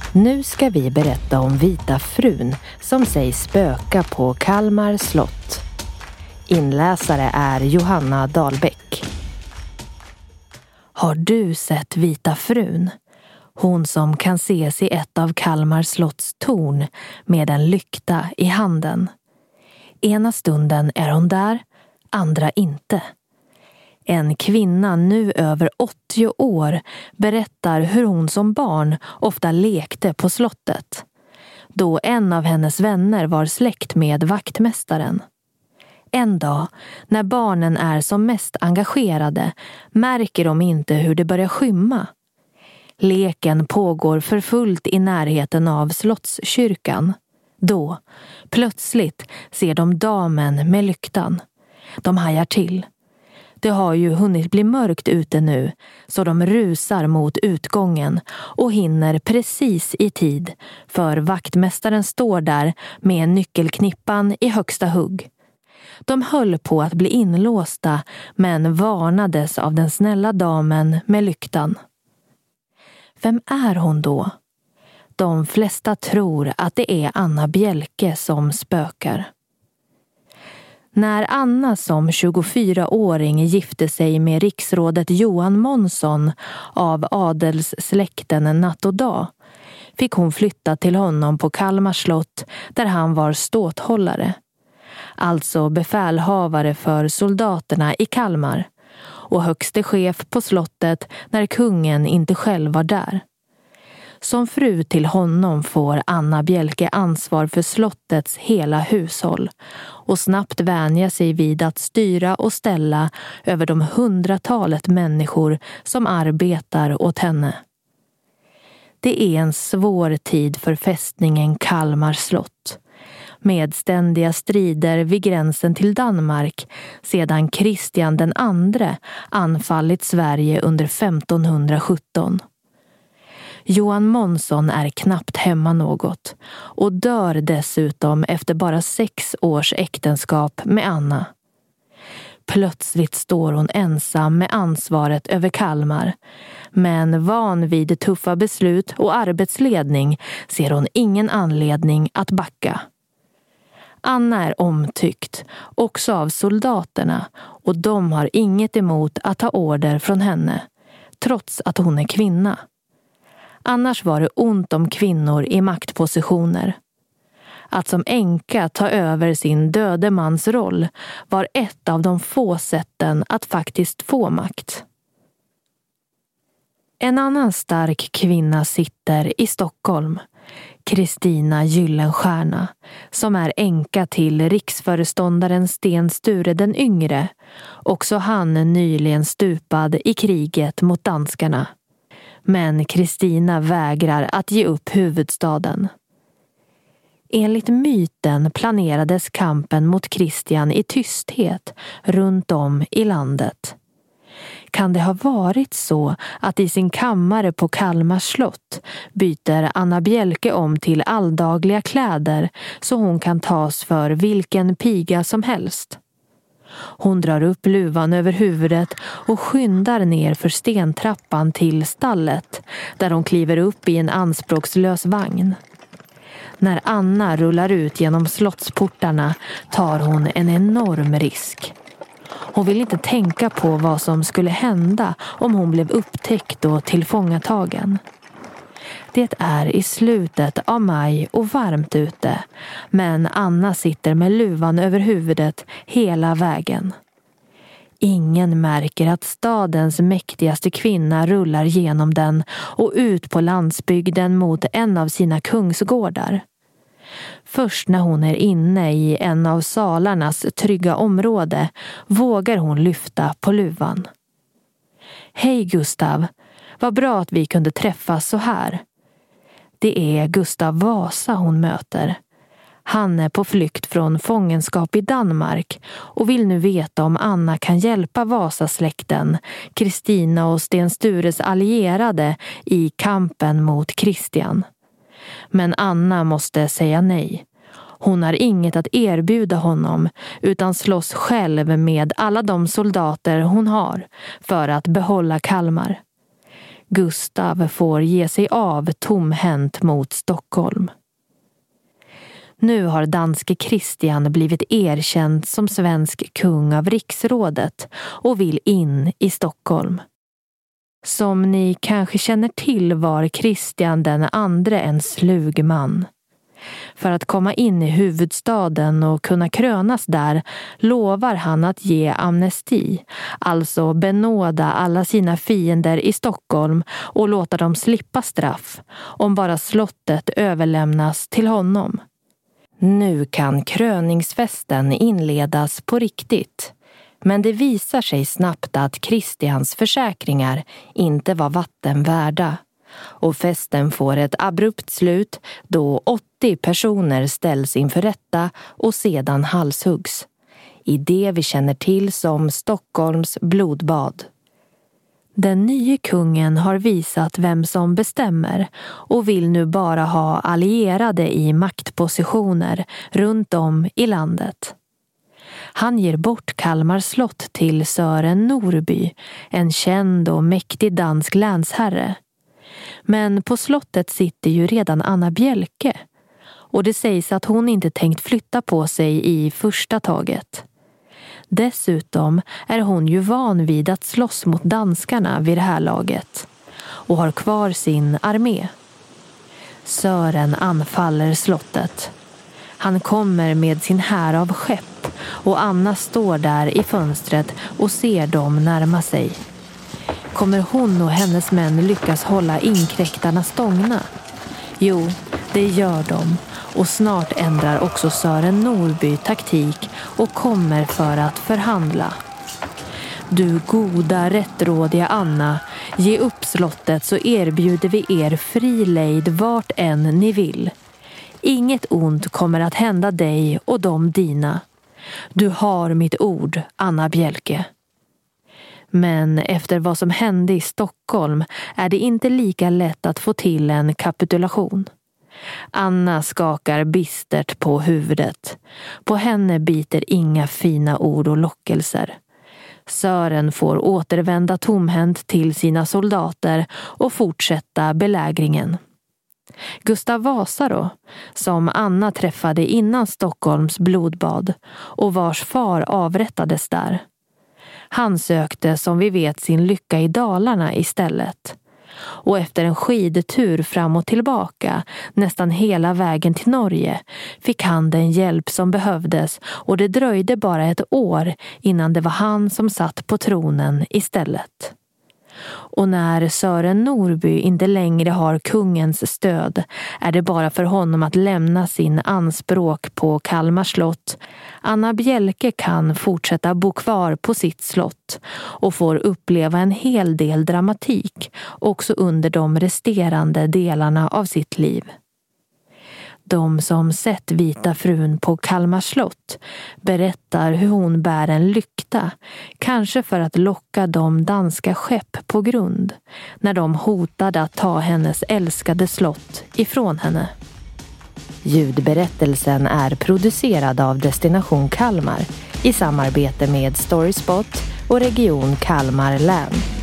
Nu ska vi berätta om Vita frun som sägs spöka på Kalmar slott. Inläsare är Johanna Dahlbäck. Har du sett Vita frun? Hon som kan ses i ett av Kalmar slotts torn med en lykta i handen. Ena stunden är hon där, andra inte. En kvinna nu över 80 år berättar hur hon som barn ofta lekte på slottet, då en av hennes vänner var släkt med vaktmästaren. En dag, när barnen är som mest engagerade, märker de inte hur det börjar skymma. Leken pågår för fullt i närheten av slottskyrkan. Då, plötsligt, ser de damen med lyktan. De hajar till. Det har ju hunnit bli mörkt ute nu, så de rusar mot utgången och hinner precis i tid, för vaktmästaren står där med nyckelknippan i högsta hugg. De höll på att bli inlåsta, men varnades av den snälla damen med lyktan. Vem är hon då? De flesta tror att det är Anna Bjelke som spökar. När Anna som 24-åring gifte sig med riksrådet Johan Månsson av adelssläkten natt och dag, fick hon flytta till honom på Kalmar slott där han var ståthållare. Alltså befälhavare för soldaterna i Kalmar och högste chef på slottet när kungen inte själv var där. Som fru till honom får Anna Bjelke ansvar för slottets hela hushåll och snabbt vänja sig vid att styra och ställa över de 100-talet människor som arbetar åt henne. Det är en svår tid för fästningen Kalmar slott, med ständiga strider vid gränsen till Danmark sedan Kristian den andre anfallit Sverige under 1517. Johan Månsson är knappt hemma något och dör dessutom efter bara 6 års äktenskap med Anna. Plötsligt står hon ensam med ansvaret över Kalmar, men van vid tuffa beslut och arbetsledning ser hon ingen anledning att backa. Anna är omtyckt, också av soldaterna, och de har inget emot att ta order från henne, trots att hon är kvinna. Annars var det ont om kvinnor i maktpositioner. Att som änka ta över sin döde mans roll var ett av de få sätten att faktiskt få makt. En annan stark kvinna sitter i Stockholm, Kristina Gyllenstierna, som är änka till riksföreståndaren Sten Sture den yngre, också han nyligen stupad i kriget mot danskarna. Men Kristina vägrar att ge upp huvudstaden. Enligt myten planerades kampen mot Kristian i tysthet runt om i landet. Kan det ha varit så att i sin kammare på Kalmar slott byter Anna Bjelke om till alldagliga kläder så hon kan tas för vilken piga som helst? Hon drar upp luvan över huvudet och skyndar ner för stentrappan till stallet, där hon kliver upp i en anspråkslös vagn. När Anna rullar ut genom slottsportarna tar hon en enorm risk. Hon vill inte tänka på vad som skulle hända om hon blev upptäckt och tillfångatagen. Det är i slutet av maj och varmt ute, men Anna sitter med luvan över huvudet hela vägen. Ingen märker att stadens mäktigaste kvinna rullar genom den och ut på landsbygden mot en av sina kungsgårdar. Först när hon är inne i en av salarnas trygga område vågar hon lyfta på luvan. Hej Gustav, vad bra att vi kunde träffas så här. Det är Gustav Vasa hon möter. Han är på flykt från fångenskap i Danmark och vill nu veta om Anna kan hjälpa Vasasläkten, Kristina och Sten Stures allierade i kampen mot Kristian. Men Anna måste säga nej. Hon har inget att erbjuda honom utan slåss själv med alla de soldater hon har för att behålla Kalmar. Gustav får ge sig av tomhänt mot Stockholm. Nu har danske Kristian blivit erkänd som svensk kung av riksrådet och vill in i Stockholm. Som ni kanske känner till var Kristian den andre en slug man. För att komma in i huvudstaden och kunna krönas där lovar han att ge amnesti, alltså benåda alla sina fiender i Stockholm och låta dem slippa straff, om bara slottet överlämnas till honom. Nu kan kröningsfesten inledas på riktigt. Men det visar sig snabbt att Kristians försäkringar inte var vatten värda. Och festen får ett abrupt slut då 80 personer ställs inför rätta och sedan halshuggs. I det vi känner till som Stockholms blodbad. Den nye kungen har visat vem som bestämmer och vill nu bara ha allierade i maktpositioner runt om i landet. Han ger bort Kalmar slott till Sören Norby, en känd och mäktig dansk länsherre. Men på slottet sitter ju redan Anna Bjelke och det sägs att hon inte tänkt flytta på sig i första taget. Dessutom är hon ju van vid att slåss mot danskarna vid det här laget och har kvar sin armé. Sören anfaller slottet. Han kommer med sin här av skepp och Anna står där i fönstret och ser dem närma sig. Kommer hon och hennes män lyckas hålla inkräktarna stångna? Jo, det gör de. Och snart ändrar också Sören Norby taktik och kommer för att förhandla. Du goda, rättrådiga Anna, ge upp slottet så erbjuder vi er fri lejd vart än ni vill. Inget ont kommer att hända dig och de dina. Du har mitt ord, Anna Bjelke. Men efter vad som hände i Stockholm är det inte lika lätt att få till en kapitulation. Anna skakar bistert på huvudet. På henne biter inga fina ord och lockelser. Sören får återvända tomhänt till sina soldater och fortsätta belägringen. Gustav Vasa då, som Anna träffade innan Stockholms blodbad och vars far avrättades där. Han sökte som vi vet sin lycka i Dalarna istället. Och efter en skidtur fram och tillbaka, nästan hela vägen till Norge, fick han den hjälp som behövdes och det dröjde bara ett år innan det var han som satt på tronen istället. Och när Sören Norby inte längre har kungens stöd är det bara för honom att lämna sin anspråk på Kalmar slott. Anna Bjelke kan fortsätta bo kvar på sitt slott och får uppleva en hel del dramatik också under de resterande delarna av sitt liv. De som sett Vita frun på Kalmar slott berättar hur hon bär en lykta, kanske för att locka de danska skepp på grund, när de hotade att ta hennes älskade slott ifrån henne. Ljudberättelsen är producerad av Destination Kalmar i samarbete med Storyspot och Region Kalmar län.